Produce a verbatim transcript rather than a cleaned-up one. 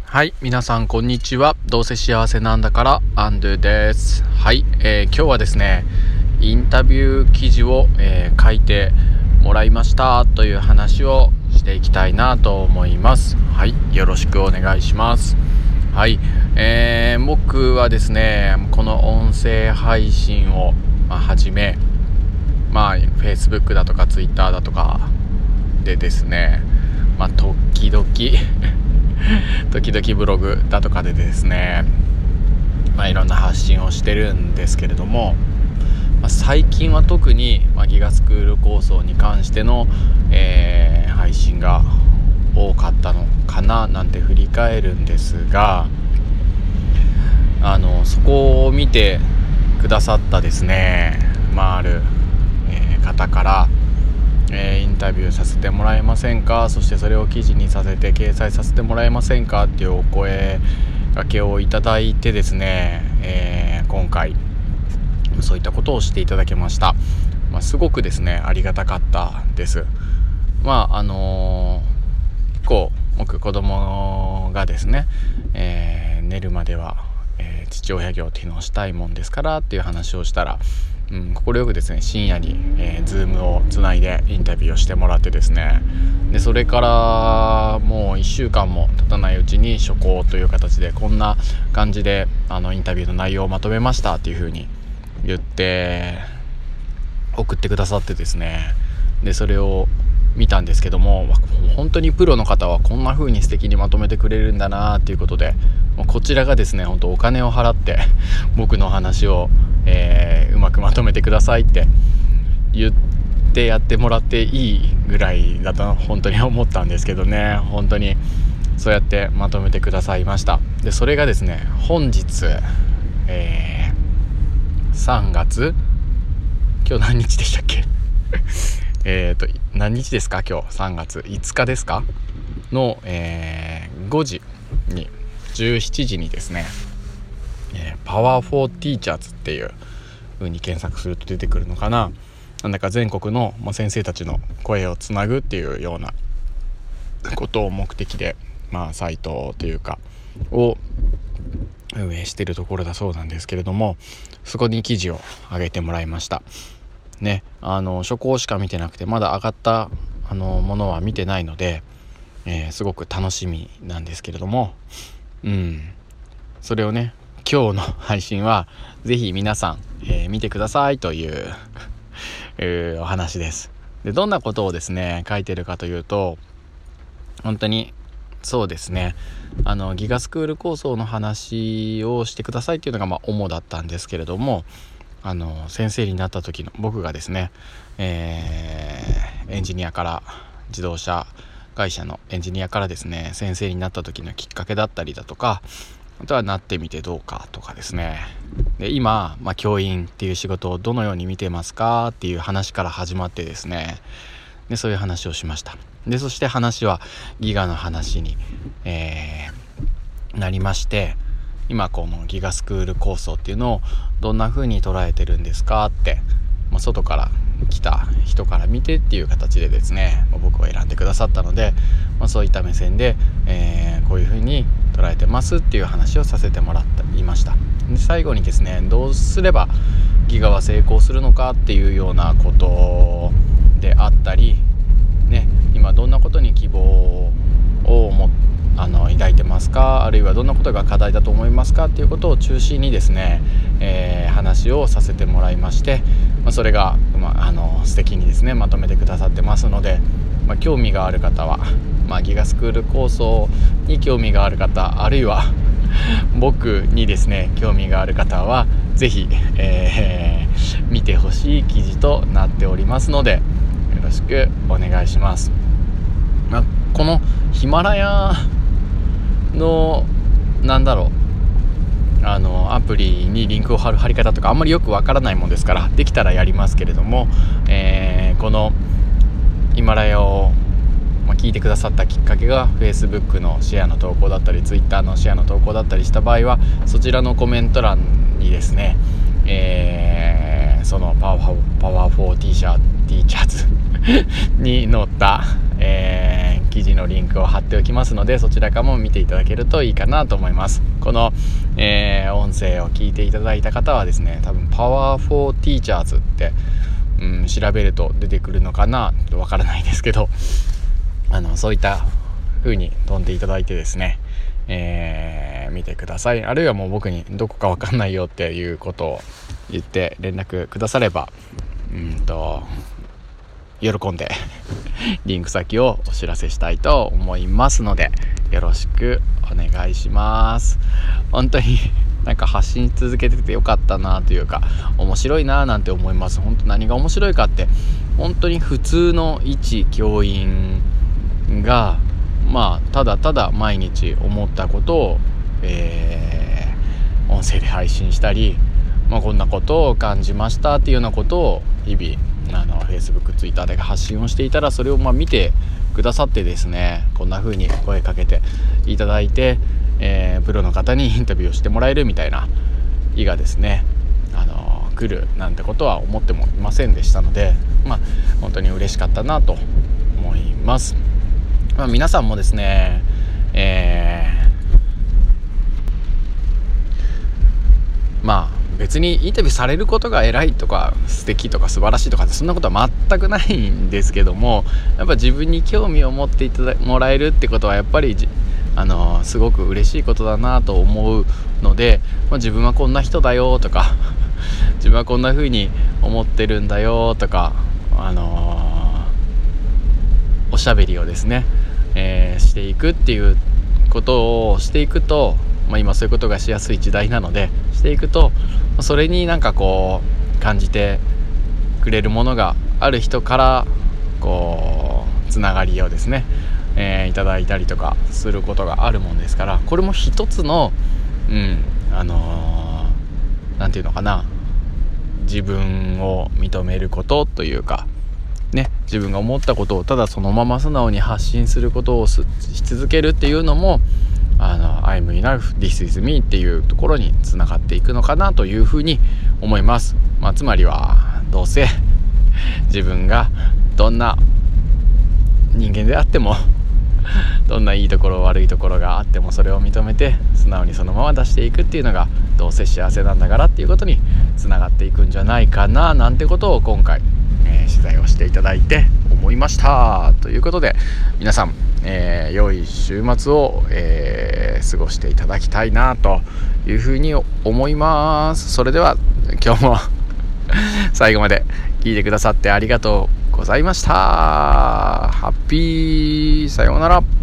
はい、皆さんこんにちは。どうせ幸せなんだからアンドゥです。はい、えー、今日はですねインタビュー記事を、えー、書いてもらいましたという話をしていきたいなと思います。はい、よろしくお願いします。はい、えー、僕はですねこの音声配信を、まあ、始めまあ Facebook だとか Twitter だとかでですねまあ時々時々ブログだとかでですね、まあ、いろんな発信をしてるんですけれども、まあ、最近は特に、まあ、ギガスクール構想に関しての、えー、配信が多かったのかななんて振り返るんですが、あのそこを見てくださったですね、まあ、ある、えー、方からえー、インタビューさせてもらえませんか、そしてそれを記事にさせて掲載させてもらえませんかっていうお声掛けをいただいてですね、えー、今回そういったことをしていただけました。まあ、すごくですねありがたかったです。まああのー、結構僕子供がですね、えー、寝るまでは、えー、父親業っていうのをしたいもんですからっていう話をしたら、うん、快くですね深夜に、えー、ズームをつないでインタビューをしてもらってですね、でそれからもういっしゅうかんも経たないうちに初稿という形でこんな感じであのインタビューの内容をまとめましたっていう風に言って送ってくださってですね、でそれを見たんですけども、本当にプロの方はこんな風に素敵にまとめてくれるんだなっていうことで、こちらがですね本当お金を払って僕の話を、えー、うまくまとめてくださいって言ってやってもらっていいぐらいだと本当に思ったんですけどね、本当にそうやってまとめてくださいました。でそれがですね本日、えー、さんがつ今日何日でしたっけえーと何日ですか今日さんがついつかですかの、えー、ごじにじゅうしちじにですね、えー、パワーフォーティーチャーズっていう風に検索すると出てくるのかな、なんだか全国の先生たちの声をつなぐっていうようなことを目的で、まあ、サイトというかを運営しているところだそうなんですけれども、そこに記事を上げてもらいましたね。あの初稿しか見てなくてまだ上がったあのものは見てないので、えー、すごく楽しみなんですけれども、うんそれをね今日の配信はぜひ皆さん、えー、見てくださいというお話です。でどんなことをですね書いてるかというと、本当にそうですねあのギガスクール構想の話をしてくださいっていうのがまあ主だったんですけれども、あの先生になった時の僕がですね、えー、エンジニアから自動車会社のエンジニアからですね先生になった時のきっかけだったりだとか、あとはなってみてどうかとかですね、で今、まあ、教員っていう仕事をどのように見てますかっていう話から始まってですね、でそういう話をしました。でそして話はギガの話に、えー、なりまして、今このギガスクール構想っていうのをどんな風に捉えてるんですかって、まあ、外から来た人から見てっていう形でですね僕を選んでくださったので、まあ、そういった目線で、えー、こういう風に捉えてますっていう話をさせてもらっていました。で最後にですねどうすればギガは成功するのかっていうようなことであったりね、今どんなことに希望をもあの抱いてますか、あるいはどんなことが課題だと思いますかっていうことを中心にですね、えー、話をさせてもらいまして、まあ、それが、まあ、あの素敵にですねまとめてくださってますので、まあ、興味がある方は、まあ、ギガスクール構想に興味がある方、あるいは僕にですね興味がある方はぜひ、えー、見てほしい記事となっておりますのでよろしくお願いします。まあ、このヒマラヤのなんだろうあのアプリにリンクを貼る貼り方とかあんまりよくわからないもんですから、できたらやりますけれども、えー、このヒマラヤを聞いてくださったきっかけが Facebook のシェアの投稿だったり Twitter のシェアの投稿だったりした場合は、そちらのコメント欄にですね、えー、そのパワーパワーフォーティーチャーティーチャーズに載った、 えー、記事のリンクを貼っておきますので、そちらからも見ていただけるといいかなと思います。この、えー、音声を聞いていただいた方はですね、多分パワーフォーティーチャーズって、うん、調べると出てくるのかな、わからないですけど、あのそういった風に飛んでいただいてですね、えー、見てください。あるいはもう僕にどこかわかんないよっていうことを言って連絡くだされば、うんと喜んでリンク先をお知らせしたいと思いますので、よろしくお願いします。本当になんか発信続けててよかったなというか、面白いななんて思います。本当何が面白いかって、本当に普通の一教員がまあただただ毎日思ったことを、えー、音声で配信したり、まあ、こんなことを感じましたっていうようなことを日々あの Facebook、Twitter で発信をしていたら、それをまあ見てくださってですね、こんな風に声かけていただいて、えー、プロの方にインタビューをしてもらえるみたいな日がですね、あの来るなんてことは思ってもいませんでしたので、まあ本当に嬉しかったなと思います。まあ、皆さんもですね、えー、まあ別にインタビューされることが偉いとか素敵とか素晴らしいとかそんなことは全くないんですけども、やっぱ自分に興味を持っていただもらえるってことはやっぱりあのすごく嬉しいことだなと思うので、まあ、自分はこんな人だよとか自分はこんな風に思ってるんだよとか、あのー、おしゃべりをですね、えー、していくっていうことをしていくと、まあ、今そういうことがしやすい時代なのでしていくと、それになんかこう感じてくれるものがある人からこうつながりをですね、えー、いただいたりとかすることがあるもんですから、これも一つの、うんあのー、なんていうのかな、自分を認めることというかね、自分が思ったことをただそのまま素直に発信することをし続けるっていうのも、あの I'm enough, this is me っていうところにつながっていくのかなというふうに思います。まあ、つまりはどうせ自分がどんな人間であってもどんないいところ悪いところがあってもそれを認めて素直にそのまま出していくっていうのがどうせ幸せなんだからっていうことにつながっていくんじゃないかななんてことを今回、えー、取材をしていただいて思いましたということで、皆さん、えー、良い週末を、えー、過ごしていただきたいなというふうに思います。それでは今日も最後まで聞いてくださってありがとうございました。ハッピーさようなら。